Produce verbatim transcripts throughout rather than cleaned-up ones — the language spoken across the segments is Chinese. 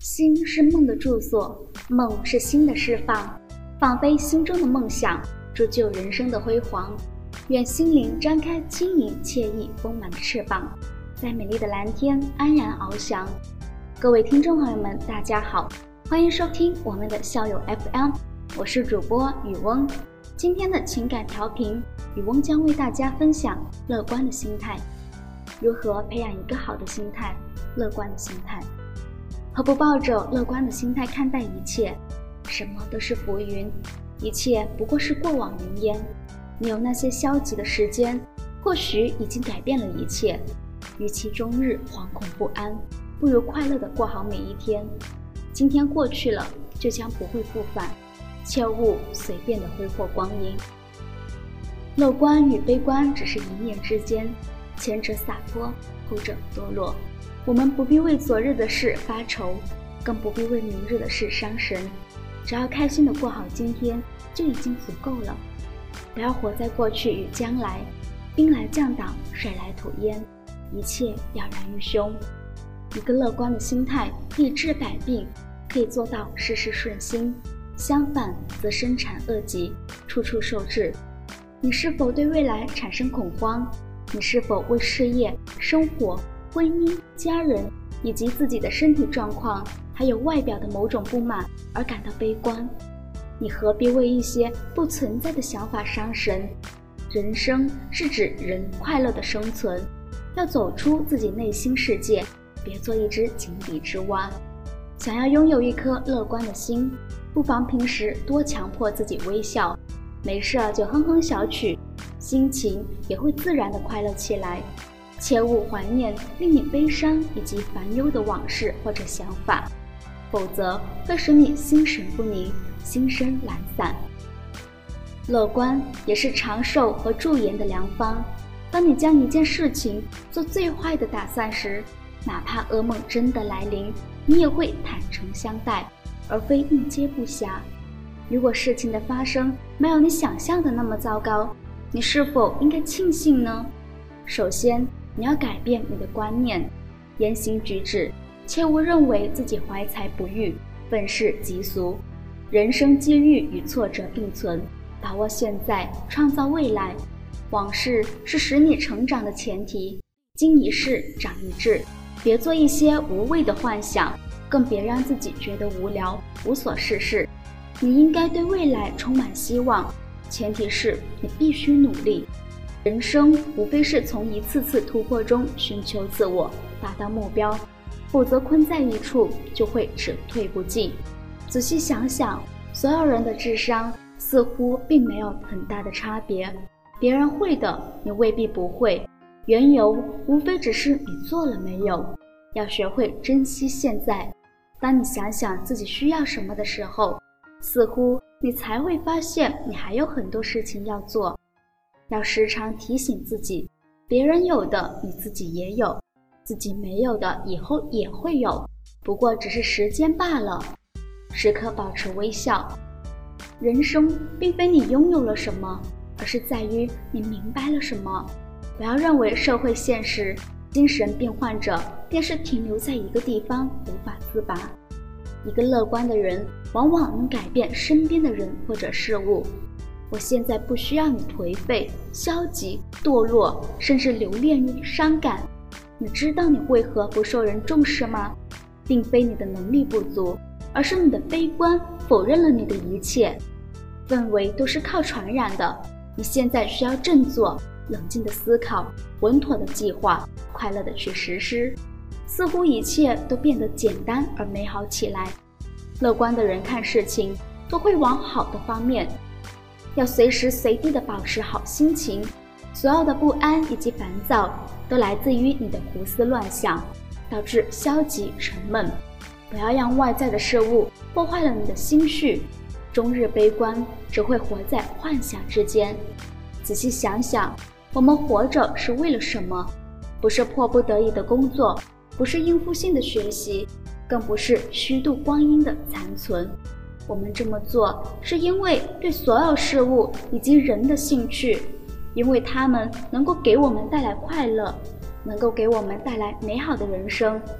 心是梦的住所，梦是心的释放，放飞心中的梦想，铸就人生的辉煌。愿心灵张开轻盈、惬意、丰满的翅膀，在美丽的蓝天安然翱翔。各位听众朋友们，大家好，欢迎收听我们的校友 F M， 我是主播雨翁。今天的情感调频，雨翁将为大家分享乐观的心态。如何培养一个好的心态，乐观的心态？何不抱着乐观的心态看待一切？什么都是浮云，一切不过是过往云烟。你有那些消极的时间，或许已经改变了一切。与其终日惶恐不安，不如快乐地过好每一天。今天过去了，就将不会复返，切勿随便地挥霍光阴。乐观与悲观只是一念之间，前者洒脱，后者堕落。我们不必为昨日的事发愁，更不必为明日的事伤神，只要开心地过好今天，就已经足够了。不要活在过去与将来，兵来将挡，水来土掩，一切了然于胸。一个乐观的心态可以治百病，可以做到事事顺心，相反则生产恶疾，处处受制。你是否对未来产生恐慌？你是否为事业、生活、婚姻、家人以及自己的身体状况，还有外表的某种不满而感到悲观？你何必为一些不存在的想法伤神？人生是指人快乐的生存，要走出自己内心世界，别做一只井底之蛙。想要拥有一颗乐观的心，不妨平时多强迫自己微笑，没事就哼哼小曲，心情也会自然的快乐起来。切勿怀念令你悲伤以及烦忧的往事或者想法，否则会使你心神不宁，心生懒散。乐观也是长寿和驻颜的良方。当你将一件事情做最坏的打算时，哪怕噩梦真的来临，你也会坦诚相待，而非应接不暇。如果事情的发生没有你想象的那么糟糕，你是否应该庆幸呢？首先，你要改变你的观念，言行举止切勿认为自己怀才不遇，愤世嫉俗。人生机遇与挫折并存，把握现在，创造未来。往事是使你成长的前提，经一事长一智，别做一些无谓的幻想，更别让自己觉得无聊，无所事事。你应该对未来充满希望，前提是你必须努力。人生无非是从一次次突破中寻求自我，达到目标，否则困在一处就会只退不进。仔细想想，所有人的智商似乎并没有很大的差别，别人会的你未必不会，缘由无非只是你做了没有。要学会珍惜现在，当你想想自己需要什么的时候，似乎你才会发现你还有很多事情要做。要时常提醒自己，别人有的你自己也有，自己没有的以后也会有，不过只是时间罢了。时刻保持微笑。人生并非你拥有了什么，而是在于你明白了什么。不要认为社会现实，精神病患者便是停留在一个地方无法自拔。一个乐观的人往往能改变身边的人或者事物。我现在不需要你颓废、消极、堕落，甚至留恋于伤感。你知道你为何不受人重视吗？并非你的能力不足，而是你的悲观否认了你的一切。氛围都是靠传染的，你现在需要振作，冷静的思考，稳妥的计划，快乐的去实施。似乎一切都变得简单而美好起来。乐观的人看事情都会往好的方面，要随时随地的保持好心情。所有的不安以及烦躁都来自于你的胡思乱想，导致消极沉闷。不要让外在的事物破坏了你的心绪，终日悲观只会活在幻想之间。仔细想想，我们活着是为了什么？不是迫不得已的工作，不是应付性的学习，更不是虚度光阴的残存。我们这么做是因为对所有事物以及人的兴趣，因为它们能够给我们带来快乐，能够给我们带来美好的人生。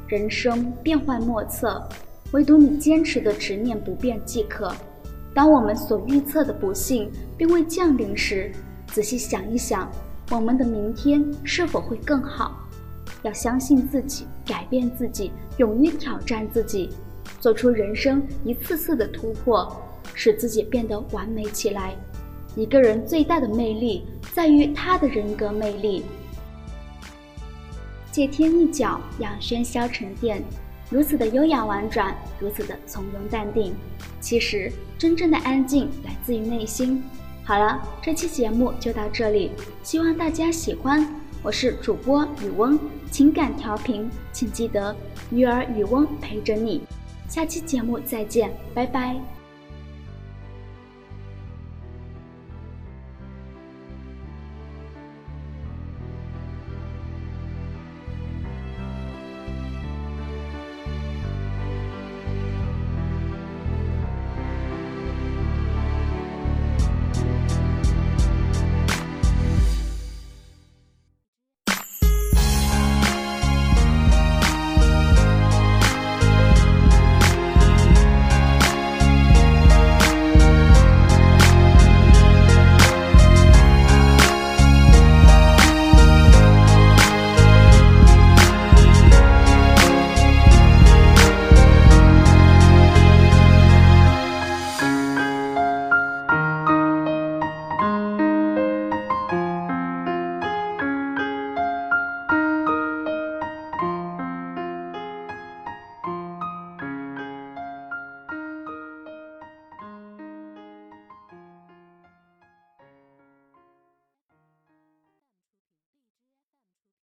人生变幻莫测，唯独你坚持的执念不变即可。当我们所预测的不幸并未降临时，仔细想一想，我们的明天是否会更好？要相信自己，改变自己，勇于挑战自己，做出人生一次次的突破，使自己变得完美起来。一个人最大的魅力在于他的人格魅力。借天一角，让喧嚣沉淀，如此的优雅婉转，如此的从容淡定。其实真正的安静来自于内心。好了，这期节目就到这里，希望大家喜欢。我是主播雨翁，情感调频，请记得鱼儿雨翁陪着你。下期节目再见，拜拜。